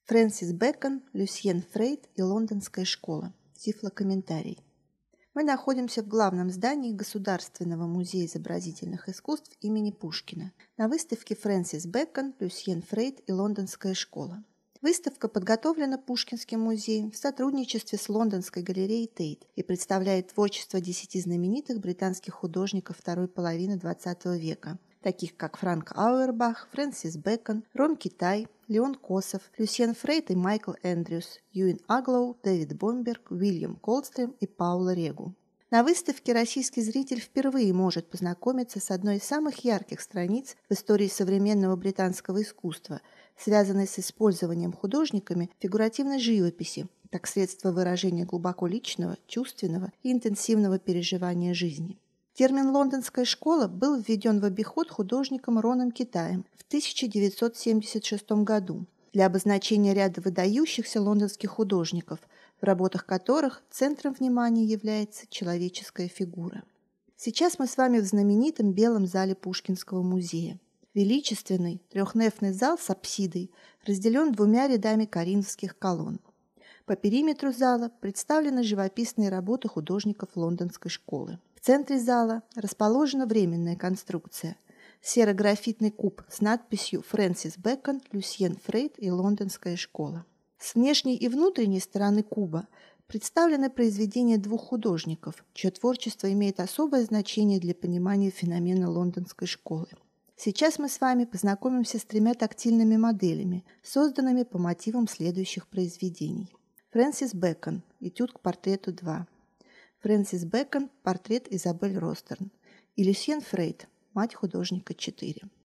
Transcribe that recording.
Фрэнсис Бэкон, Люсьен Фрейд и Лондонская школа. Тифлокомментарий. Мы находимся в главном здании Государственного музея изобразительных искусств имени Пушкина на выставке «Фрэнсис Бэкон, Люсьен Фрейд и Лондонская школа». Выставка подготовлена Пушкинским музеем в сотрудничестве с Лондонской галереей Тейт и представляет творчество 10 знаменитых британских художников второй половины XX века, таких как Франк Ауэрбах, Фрэнсис Бэкон, Ром Китай, Леон Косов, Люсьен Фрейд и Майкл Эндрюс, Юин Аглоу, Дэвид Бомберг, Уильям Колдстрим и Паула Регу. На выставке российский зритель впервые может познакомиться с одной из самых ярких страниц в истории современного британского искусства, связанной с использованием художниками фигуративной живописи как средство выражения глубоко личного, чувственного и интенсивного переживания жизни. Термин «Лондонская школа» был введен в обиход художником Роном Китаем в 1976 году для обозначения ряда выдающихся лондонских художников, в работах которых центром внимания является человеческая фигура. Сейчас мы с вами в знаменитом белом зале Пушкинского музея. Величественный трехнефный зал с апсидой разделен двумя рядами коринфских колонн. По периметру зала представлены живописные работы художников Лондонской школы. В центре зала расположена временная конструкция – серо-графитный куб с надписью «Фрэнсис Бэкон, Люсьен Фрейд и Лондонская школа». С внешней и внутренней стороны куба представлены произведения двух художников, чье творчество имеет особое значение для понимания феномена Лондонской школы. Сейчас мы с вами познакомимся с 3 тактильными моделями, созданными по мотивам следующих произведений. Фрэнсис Бэкон. Этюд к портрету 2. Фрэнсис Бэкон. Портрет Изабель Ростерн. И Люсьен Фрейд. Мать художника 4.